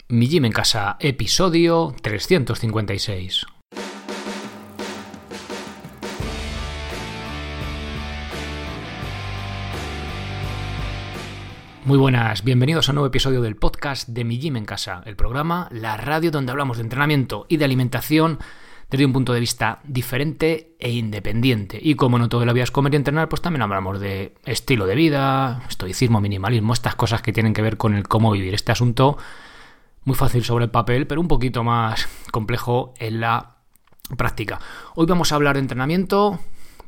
Mi Gym en Casa, episodio 356. Muy buenas, bienvenidos a un nuevo episodio del podcast de Mi Gym en Casa, el programa, la radio donde hablamos de entrenamiento y de alimentación desde un punto de vista diferente e independiente. Y como no todo la vida es comer y entrenar, pues también hablamos de estilo de vida, estoicismo, minimalismo, estas cosas que tienen que ver con el cómo vivir. Este asunto muy fácil sobre el papel, pero un poquito más complejo en la práctica. Hoy vamos a hablar de entrenamiento,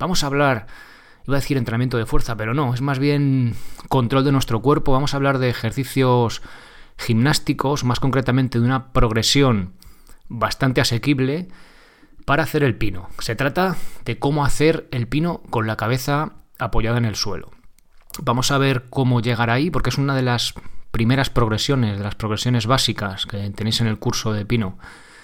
iba a decir entrenamiento de fuerza, pero no, es más bien control de nuestro cuerpo. Vamos a hablar de ejercicios gimnásticos, más concretamente de una progresión bastante asequible para hacer el pino. Se trata de cómo hacer el pino con la cabeza apoyada en el suelo. Vamos a ver cómo llegar ahí, porque es una de las primeras progresiones, de las progresiones básicas que tenéis en el curso de pino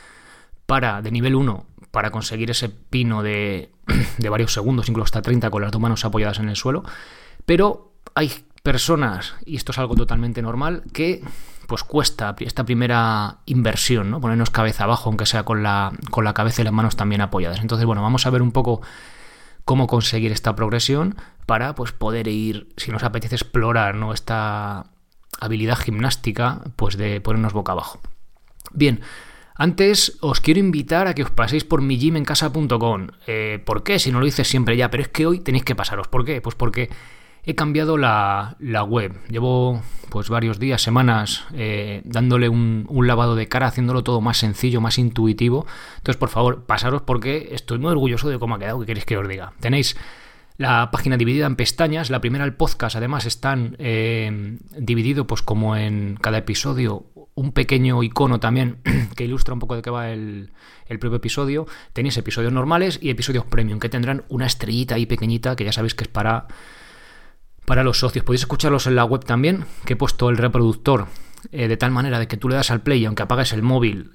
de nivel 1, para conseguir ese pino de varios segundos, incluso hasta 30 con las dos manos apoyadas en el suelo. Pero hay personas, y esto es algo totalmente normal, que pues cuesta esta primera inversión, ¿no? Ponernos cabeza abajo, aunque sea con la cabeza y las manos también apoyadas. Entonces, bueno, vamos a ver un poco cómo conseguir esta progresión para pues poder ir, si nos apetece explorar, ¿no?, esta habilidad gimnástica, pues de ponernos boca abajo. Bien, antes os quiero invitar a que os paséis por migymencasa.com. ¿Por qué? Si no lo dices siempre ya, pero es que hoy tenéis que pasaros. ¿Por qué? Pues porque he cambiado la web. Llevo pues varios días, semanas, dándole un lavado de cara, haciéndolo todo más sencillo, más intuitivo. Entonces, por favor, pasaros porque estoy muy orgulloso de cómo ha quedado. ¿Qué queréis que os diga? Tenéis la página dividida en pestañas. La primera, el podcast, además están dividido pues como en cada episodio un pequeño icono también que ilustra un poco de qué va el propio episodio. Tenéis episodios normales y episodios premium que tendrán una estrellita ahí pequeñita que ya sabéis que es para los socios. Podéis escucharlos en la web también, que he puesto el reproductor de tal manera de que tú le das al play y aunque apagues el móvil,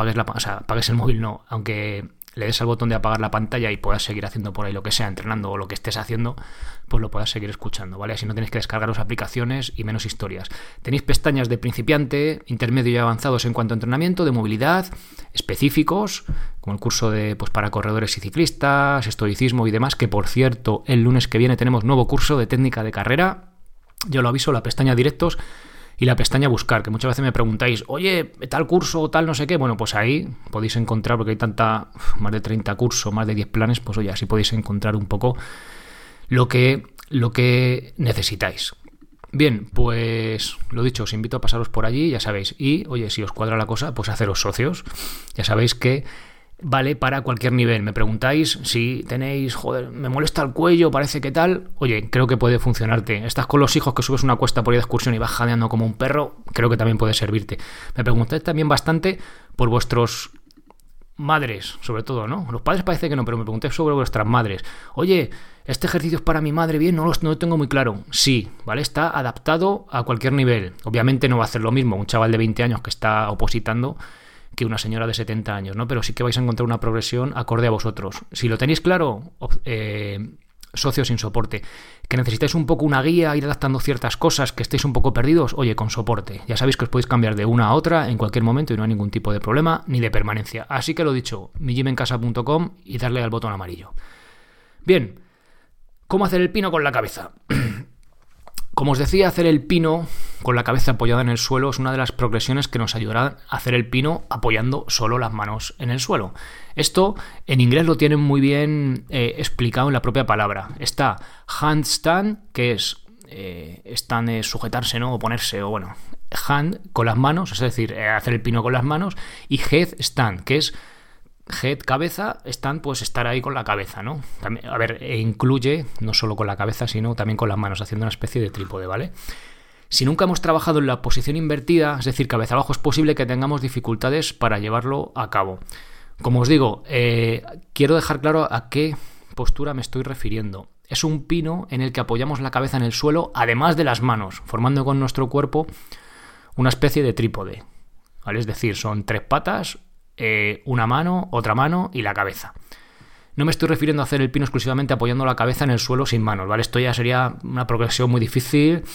aunque le des al botón de apagar la pantalla y puedas seguir haciendo por ahí lo que sea, entrenando o lo que estés haciendo, pues lo puedas seguir escuchando, ¿vale? Así no tenéis que descargaros aplicaciones y menos historias. Tenéis pestañas de principiante, intermedio y avanzados en cuanto a entrenamiento, de movilidad, específicos, como el curso de pues para corredores y ciclistas, estoicismo y demás, que por cierto, el lunes que viene tenemos nuevo curso de técnica de carrera. Yo lo aviso, la pestaña directos y la pestaña buscar, que muchas veces me preguntáis, oye, tal curso o tal no sé qué. Bueno, pues ahí podéis encontrar, porque hay más de 30 cursos, más de 10 planes, pues oye, así podéis encontrar un poco lo que necesitáis. Bien, pues lo dicho, os invito a pasaros por allí, ya sabéis. Y oye, si os cuadra la cosa, pues haceros socios. Ya sabéis que vale para cualquier nivel. Me preguntáis si tenéis, me molesta el cuello, parece que tal. Oye, creo que puede funcionarte. Estás con los hijos que subes una cuesta por ir de excursión y vas jadeando como un perro, creo que también puede servirte. Me preguntáis también bastante por vuestros madres, sobre todo, ¿no? Los padres parece que no, pero me preguntáis sobre vuestras madres. Oye, ¿este ejercicio es para mi madre bien? No lo tengo muy claro. Sí, ¿vale? Está adaptado a cualquier nivel. Obviamente no va a hacer lo mismo un chaval de 20 años que está opositando que una señora de 70 años, ¿no? Pero sí que vais a encontrar una progresión acorde a vosotros. Si lo tenéis claro, socios sin soporte, que necesitáis un poco una guía, ir adaptando ciertas cosas, que estéis un poco perdidos, oye, con soporte. Ya sabéis que os podéis cambiar de una a otra en cualquier momento y no hay ningún tipo de problema ni de permanencia. Así que lo dicho, migymencasa.com y darle al botón amarillo. Bien, ¿cómo hacer el pino con la cabeza? Como os decía, hacer el pino con la cabeza apoyada en el suelo es una de las progresiones que nos ayudará a hacer el pino apoyando solo las manos en el suelo. Esto en inglés lo tienen muy bien explicado en la propia palabra. Está handstand, que es stand es sujetarse, ¿no? O ponerse, o bueno, hand con las manos, es decir, hacer el pino con las manos, y headstand, que es head, cabeza, stand, pues estar ahí con la cabeza, ¿no? También, a ver, incluye no solo con la cabeza, sino también con las manos, haciendo una especie de trípode, ¿vale? Si nunca hemos trabajado en la posición invertida, es decir, cabeza abajo, es posible que tengamos dificultades para llevarlo a cabo. Como os digo, quiero dejar claro a qué postura me estoy refiriendo. Es un pino en el que apoyamos la cabeza en el suelo, además de las manos, formando con nuestro cuerpo una especie de trípode, ¿vale? Es decir, son 3 patas, una mano, otra mano y la cabeza. No me estoy refiriendo a hacer el pino exclusivamente apoyando la cabeza en el suelo sin manos, ¿vale? Esto ya sería una progresión muy difícil,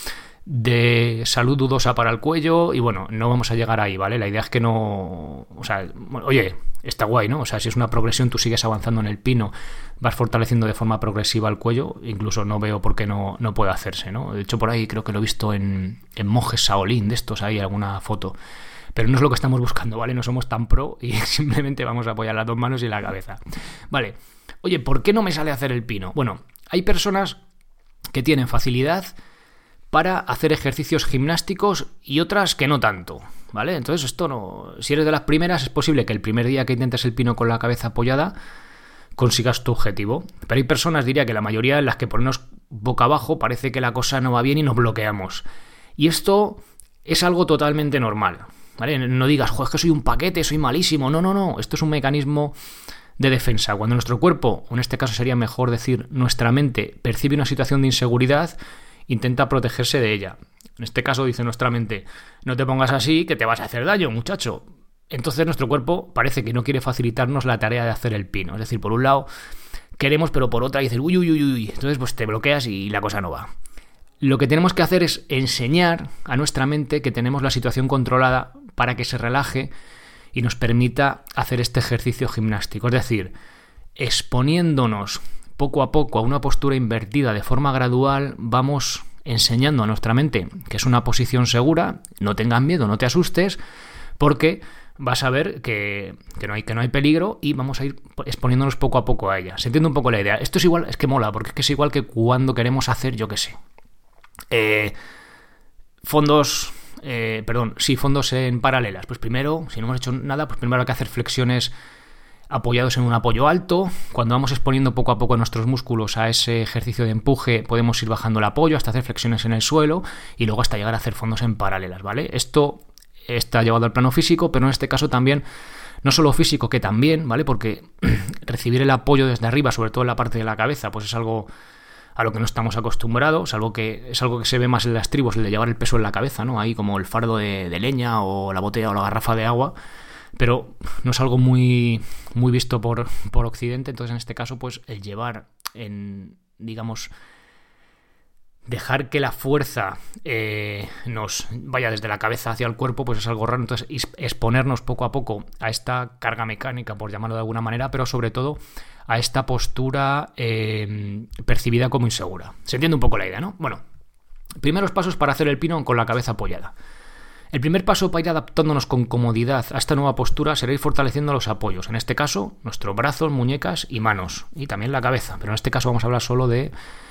de salud dudosa para el cuello y bueno, no vamos a llegar ahí, ¿vale? La idea es que no... O sea, bueno, oye, está guay, ¿no? O sea, si es una progresión, tú sigues avanzando en el pino, vas fortaleciendo de forma progresiva el cuello, incluso no veo por qué no puede hacerse, ¿no? De hecho, por ahí creo que lo he visto en monjes Shaolin, de estos, hay alguna foto. Pero no es lo que estamos buscando, ¿vale? No somos tan pro y simplemente vamos a apoyar las dos manos y la cabeza. Vale, oye, ¿por qué no me sale a hacer el pino? Bueno, hay personas que tienen facilidad para hacer ejercicios gimnásticos y otras que no tanto, ¿vale? Entonces esto no... Si eres de las primeras, es posible que el primer día que intentes el pino con la cabeza apoyada consigas tu objetivo. Pero hay personas, diría que la mayoría, en las que ponernos boca abajo parece que la cosa no va bien y nos bloqueamos. Y esto es algo totalmente normal, ¿vale? No digas, joder, es que soy un paquete, soy malísimo. No. Esto es un mecanismo de defensa. Cuando nuestro cuerpo, o en este caso sería mejor decir nuestra mente, percibe una situación de inseguridad, intenta protegerse de ella. En este caso dice nuestra mente, no te pongas así que te vas a hacer daño, muchacho. Entonces nuestro cuerpo parece que no quiere facilitarnos la tarea de hacer el pino. Es decir, por un lado queremos, pero por otra dices, uy. Entonces pues te bloqueas y la cosa no va. Lo que tenemos que hacer es enseñar a nuestra mente que tenemos la situación controlada para que se relaje y nos permita hacer este ejercicio gimnástico. Es decir, exponiéndonos poco a poco a una postura invertida de forma gradual, vamos enseñando a nuestra mente que es una posición segura, no tengas miedo, no te asustes, porque vas a ver que no hay peligro y vamos a ir exponiéndonos poco a poco a ella. ¿Se entiende un poco la idea? Esto es igual, es que mola, porque es igual que cuando queremos hacer, yo qué sé, fondos en paralelas. Pues primero, si no hemos hecho nada, pues primero hay que hacer flexiones apoyados en un apoyo alto. Cuando vamos exponiendo poco a poco nuestros músculos a ese ejercicio de empuje, podemos ir bajando el apoyo hasta hacer flexiones en el suelo y luego hasta llegar a hacer fondos en paralelas, ¿vale? Esto está llevado al plano físico, pero en este caso también, no solo físico, que también, ¿vale? Porque recibir el apoyo desde arriba, sobre todo en la parte de la cabeza, pues es algo a lo que no estamos acostumbrados, salvo que es algo que se ve más en las tribus, el de llevar el peso en la cabeza, ¿no? Ahí como el fardo de leña o la botella o la garrafa de agua, pero no es algo muy visto por Occidente. Entonces en este caso pues el llevar digamos, dejar que la fuerza nos vaya desde la cabeza hacia el cuerpo, pues es algo raro. Entonces exponernos poco a poco a esta carga mecánica, por llamarlo de alguna manera, pero sobre todo a esta postura percibida como insegura. ¿Se entiende un poco la idea, no? Bueno, primeros pasos para hacer el pino con la cabeza apoyada. El primer paso para ir adaptándonos con comodidad a esta nueva postura será ir fortaleciendo los apoyos. En este caso, nuestros brazos, muñecas y manos. Y también la cabeza. Pero en este caso vamos a hablar solo de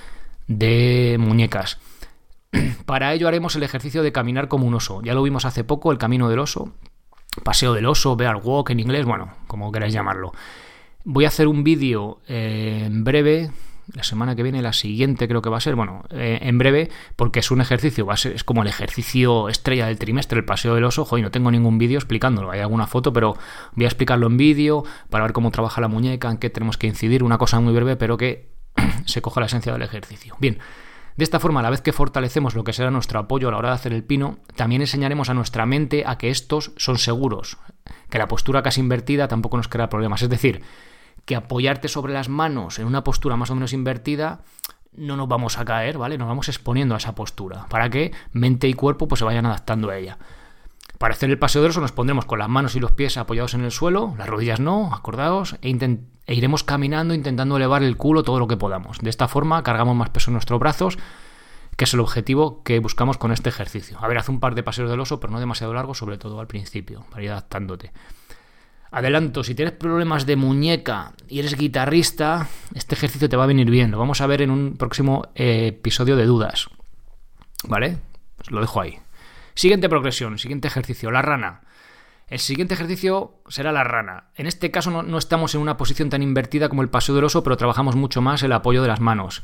muñecas. Para ello haremos el ejercicio de caminar como un oso. Ya lo vimos hace poco, el camino del oso. Paseo del oso, bear walk en inglés, bueno, como queráis llamarlo. Voy a hacer un vídeo en breve, la semana que viene, la siguiente creo que va a ser, bueno, en breve, porque es un ejercicio, es como el ejercicio estrella del trimestre, el paseo del oso. Joder, no tengo ningún vídeo explicándolo, hay alguna foto, pero voy a explicarlo en vídeo para ver cómo trabaja la muñeca, en qué tenemos que incidir, una cosa muy breve, pero que se coja la esencia del ejercicio. Bien, de esta forma, a la vez que fortalecemos lo que será nuestro apoyo a la hora de hacer el pino, también enseñaremos a nuestra mente a que estos son seguros, que la postura casi invertida tampoco nos crea problemas. Es decir, que apoyarte sobre las manos en una postura más o menos invertida no nos vamos a caer, ¿vale? Nos vamos exponiendo a esa postura para que mente y cuerpo pues se vayan adaptando a ella. Para hacer el paseo del oso nos pondremos con las manos y los pies apoyados en el suelo, las rodillas no, acordaos, e iremos caminando intentando elevar el culo todo lo que podamos. De esta forma cargamos más peso en nuestros brazos, que es el objetivo que buscamos con este ejercicio. A ver, haz un par de paseos del oso, pero no demasiado largos, sobre todo al principio, para ir adaptándote. Adelanto, si tienes problemas de muñeca y eres guitarrista, este ejercicio te va a venir bien. Lo vamos a ver en un próximo episodio de dudas, ¿vale? Os lo dejo ahí. Siguiente progresión, siguiente ejercicio, la rana. El siguiente ejercicio será la rana. En este caso no estamos en una posición tan invertida como el paseo del oso, pero trabajamos mucho más el apoyo de las manos.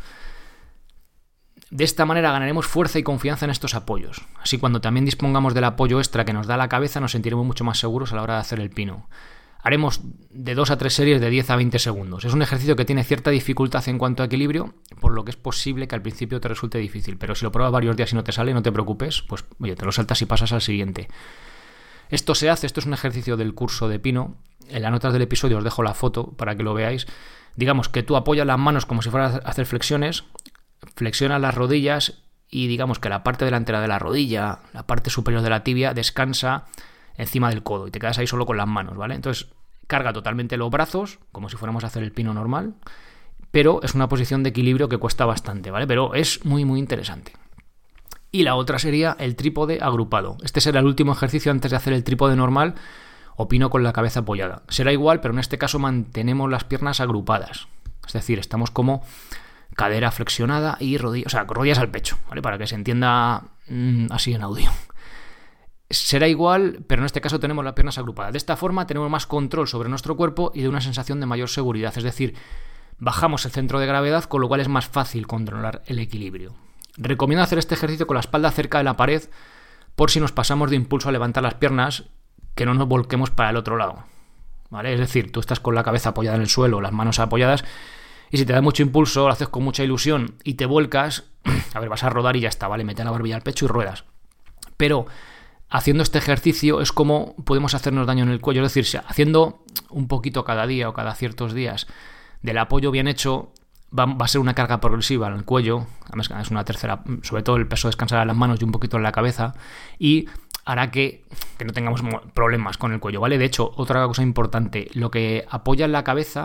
De esta manera ganaremos fuerza y confianza en estos apoyos. Así, cuando también dispongamos del apoyo extra que nos da la cabeza, nos sentiremos mucho más seguros a la hora de hacer el pino. Haremos de 2 a 3 series de 10 a 20 segundos. Es un ejercicio que tiene cierta dificultad en cuanto a equilibrio, por lo que es posible que al principio te resulte difícil. Pero si lo pruebas varios días y no te sale, no te preocupes, pues oye, te lo saltas y pasas al siguiente. Esto es un ejercicio del curso de pino. En las notas del episodio os dejo la foto para que lo veáis. Digamos que tú apoyas las manos como si fueras a hacer flexiones, flexionas las rodillas y digamos que la parte delantera de la rodilla, la parte superior de la tibia, descansa encima del codo y te quedas ahí solo con las manos, ¿vale? Entonces carga totalmente los brazos, como si fuéramos a hacer el pino normal, pero es una posición de equilibrio que cuesta bastante, ¿vale? Pero es muy, muy interesante. Y la otra sería el trípode agrupado. Este será el último ejercicio antes de hacer el trípode normal o pino con la cabeza apoyada. Será igual, pero en este caso mantenemos las piernas agrupadas. Es decir, estamos como cadera flexionada y rodillas al pecho, ¿vale? Para que se entienda así en audio. Será igual, pero en este caso tenemos las piernas agrupadas. De esta forma tenemos más control sobre nuestro cuerpo y de una sensación de mayor seguridad. Es decir, bajamos el centro de gravedad, con lo cual es más fácil controlar el equilibrio. Recomiendo hacer este ejercicio con la espalda cerca de la pared por si nos pasamos de impulso a levantar las piernas, que no nos volquemos para el otro lado, ¿vale? Es decir, tú estás con la cabeza apoyada en el suelo, las manos apoyadas, y si te da mucho impulso, lo haces con mucha ilusión y te vuelcas, vas a rodar y ya está, ¿vale? Mete la barbilla al pecho y ruedas. Pero haciendo este ejercicio es como podemos hacernos daño en el cuello, es decir, haciendo un poquito cada día o cada ciertos días del apoyo bien hecho, va a ser una carga progresiva en el cuello, además es una tercera, sobre todo el peso descansará en las manos y un poquito en la cabeza, y hará que no tengamos problemas con el cuello, ¿vale? De hecho, otra cosa importante, lo que apoya en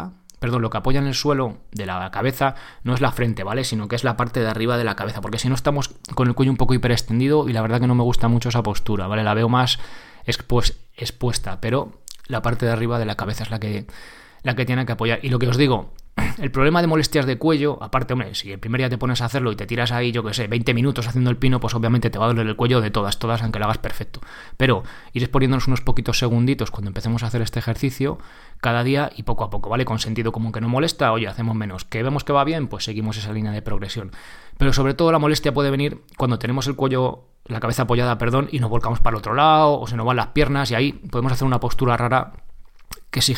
el suelo de la cabeza no es la frente, ¿vale? Sino que es la parte de arriba de la cabeza, porque si no estamos con el cuello un poco hiperextendido y la verdad que no me gusta mucho esa postura, ¿vale? La veo más expuesta, pero la parte de arriba de la cabeza es la que tiene que apoyar. Y lo que os digo, el problema de molestias de cuello, aparte, hombre, si el primer día te pones a hacerlo y te tiras ahí, 20 minutos haciendo el pino, pues obviamente te va a doler el cuello de todas, aunque lo hagas perfecto. Pero ir poniéndonos unos poquitos segunditos cuando empecemos a hacer este ejercicio cada día y poco a poco, ¿vale? Con sentido común, que no molesta, oye, hacemos menos. Que vemos que va bien, pues seguimos esa línea de progresión. Pero sobre todo la molestia puede venir cuando tenemos la cabeza apoyada, y nos volcamos para el otro lado, o se nos van las piernas, y ahí podemos hacer una postura rara que sí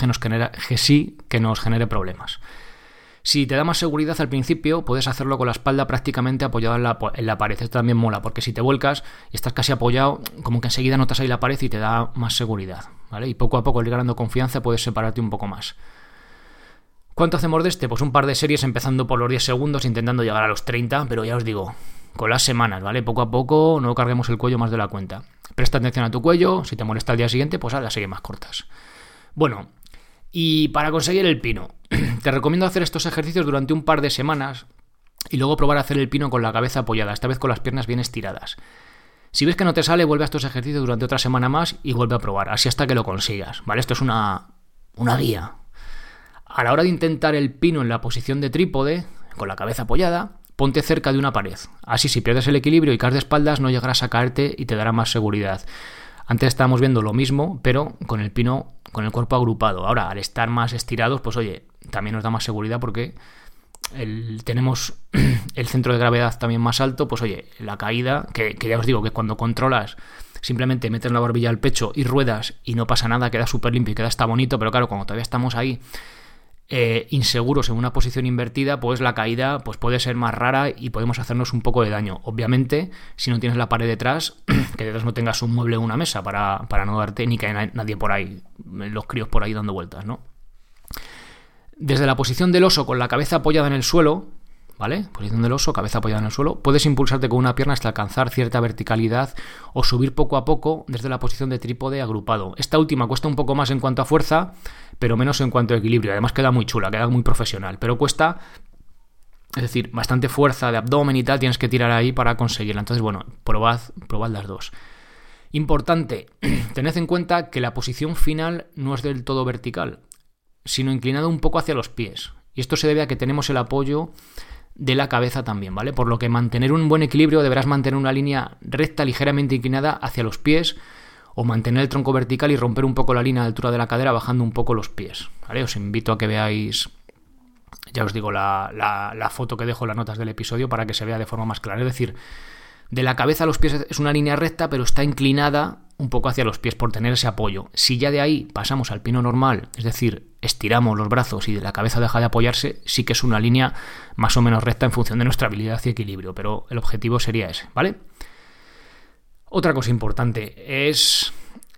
que nos genere problemas. Si te da más seguridad al principio, puedes hacerlo con la espalda prácticamente apoyada en la pared. Esto también mola, porque si te vuelcas y estás casi apoyado, como que enseguida notas ahí la pared y te da más seguridad, ¿vale? Y poco a poco, ir ganando confianza, puedes separarte un poco más. ¿Cuánto hacemos de este? Pues un par de series empezando por los 10 segundos, intentando llegar a los 30, pero ya os digo, con las semanas, ¿vale? Poco a poco, no carguemos el cuello más de la cuenta. Presta atención a tu cuello, si te molesta el día siguiente, pues haz las series más cortas. Bueno, y para conseguir el pino, te recomiendo hacer estos ejercicios durante un par de semanas y luego probar a hacer el pino con la cabeza apoyada, esta vez con las piernas bien estiradas. Si ves que no te sale, vuelve a estos ejercicios durante otra semana más y vuelve a probar, así hasta que lo consigas, ¿vale? Esto es una guía. A la hora de intentar el pino en la posición de trípode, con la cabeza apoyada, ponte cerca de una pared. Así, si pierdes el equilibrio y caes de espaldas, no llegarás a caerte y te dará más seguridad. Antes estábamos viendo lo mismo, pero con el pino, con el cuerpo agrupado. Ahora, al estar más estirados, pues oye, también nos da más seguridad porque tenemos el centro de gravedad también más alto. Pues oye, la caída, que ya os digo que cuando controlas, simplemente metes la barbilla al pecho y ruedas y no pasa nada, queda súper limpio y queda hasta bonito, pero claro, cuando todavía estamos ahí inseguros en una posición invertida, pues la caída pues puede ser más rara y podemos hacernos un poco de daño. Obviamente, si no tienes la pared detrás, que detrás no tengas un mueble o una mesa para no darte, ni que haya nadie por ahí, los críos por ahí dando vueltas, ¿no? Desde la posición del oso con la cabeza apoyada en el suelo, ¿vale? Posición del oso, cabeza apoyada en el suelo, puedes impulsarte con una pierna hasta alcanzar cierta verticalidad o subir poco a poco desde la posición de trípode agrupado. Esta última cuesta un poco más en cuanto a fuerza, pero menos en cuanto a equilibrio. Además queda muy chula, queda muy profesional, pero cuesta, es decir, bastante fuerza de abdomen y tal, tienes que tirar ahí para conseguirla. Entonces, bueno, probad las dos. Importante, tened en cuenta que la posición final no es del todo vertical, sino inclinado un poco hacia los pies. Y esto se debe a que tenemos el apoyo de la cabeza también, ¿vale? Por lo que mantener un buen equilibrio deberás mantener una línea recta ligeramente inclinada hacia los pies o mantener el tronco vertical y romper un poco la línea de altura de la cadera bajando un poco los pies, ¿vale? Os invito a que veáis, ya os digo, la foto que dejo en las notas del episodio para que se vea de forma más clara. Es decir, de la cabeza a los pies es una línea recta, pero está inclinada un poco hacia los pies por tener ese apoyo. Si ya de ahí pasamos al pino normal, es decir, estiramos los brazos y la cabeza deja de apoyarse, sí que es una línea más o menos recta en función de nuestra habilidad y equilibrio, pero el objetivo sería ese, ¿vale? Otra cosa importante es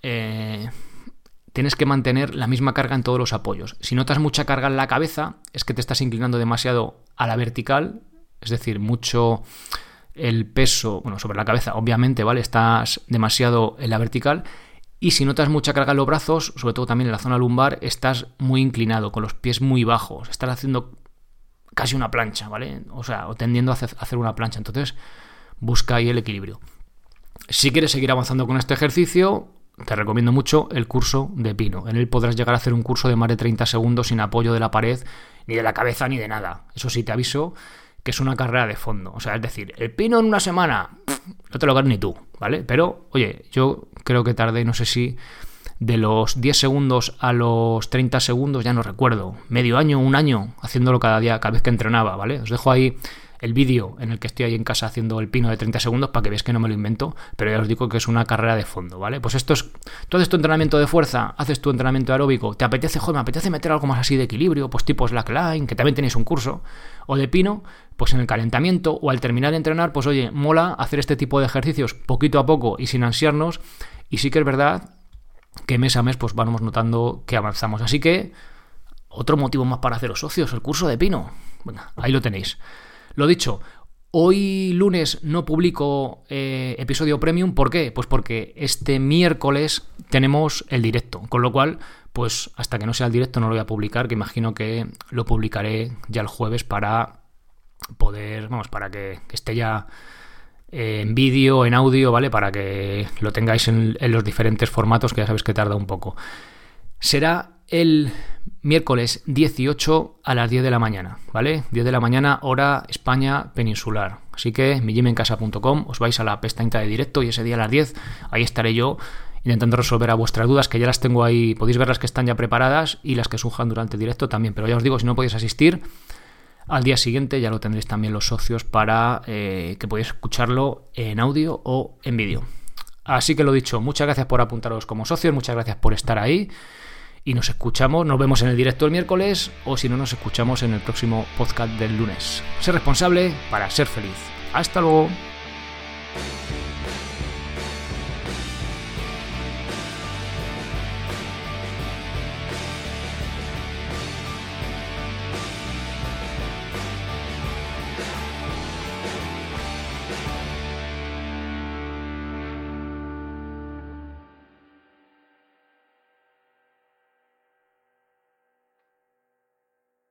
tienes que mantener la misma carga en todos los apoyos. Si notas mucha carga en la cabeza, es que te estás inclinando demasiado a la vertical, es decir, mucho el peso, bueno, sobre la cabeza, obviamente, ¿vale? Estás demasiado en la vertical. Y si notas mucha carga en los brazos, sobre todo también en la zona lumbar, estás muy inclinado, con los pies muy bajos. Estás haciendo casi una plancha, ¿vale? O sea, o tendiendo a hacer una plancha. Entonces, busca ahí el equilibrio. Si quieres seguir avanzando con este ejercicio, te recomiendo mucho el curso de Pino. En él podrás llegar a hacer un curso de más de 30 segundos sin apoyo de la pared, ni de la cabeza, ni de nada. Eso sí, te aviso que es una carrera de fondo. O sea, es decir, el Pino en una semana, no te lo ganas ni tú, ¿vale? Pero, oye, yo creo que tardé, no sé si de los 10 segundos a los 30 segundos, ya no recuerdo, medio año, un año, haciéndolo cada día, cada vez que entrenaba, ¿vale? Os dejo ahí el vídeo en el que estoy ahí en casa haciendo el Pino de 30 segundos para que veáis que no me lo invento, pero ya os digo que es una carrera de fondo, ¿vale? Pues esto es, tú haces tu entrenamiento de fuerza, haces tu entrenamiento aeróbico, te apetece, joder, me apetece meter algo más así de equilibrio, pues tipo slackline, que también tenéis un curso, o de Pino, pues en el calentamiento o al terminar de entrenar, pues oye, mola hacer este tipo de ejercicios poquito a poco y sin ansiarnos, y sí que es verdad que mes a mes pues vamos notando que avanzamos. Así que otro motivo más para haceros socios, el curso de Pino. Bueno, ahí lo tenéis. Lo dicho, hoy lunes no publico episodio premium. ¿Por qué? Pues porque este miércoles tenemos el directo, con lo cual, pues hasta que no sea el directo no lo voy a publicar, que imagino que lo publicaré ya el jueves para poder, vamos, para que esté ya en vídeo, en audio, ¿vale? Para que lo tengáis en los diferentes formatos, que ya sabéis que tarda un poco. Será el miércoles 18 a las 10 de la mañana, ¿vale? 10 de la mañana, hora España peninsular. Así que mijimencasa.com, os vais a la pestañita de directo y ese día a las 10, ahí estaré yo intentando resolver a vuestras dudas, que ya las tengo ahí, podéis ver las que están ya preparadas y las que surjan durante el directo también, pero ya os digo, si no podéis asistir, al día siguiente ya lo tendréis también los socios para que podáis escucharlo en audio o en vídeo. Así que lo dicho, muchas gracias por apuntaros como socios, muchas gracias por estar ahí y nos escuchamos, nos vemos en el directo el miércoles o si no nos escuchamos en el próximo podcast del lunes. Ser responsable para ser feliz. Hasta luego.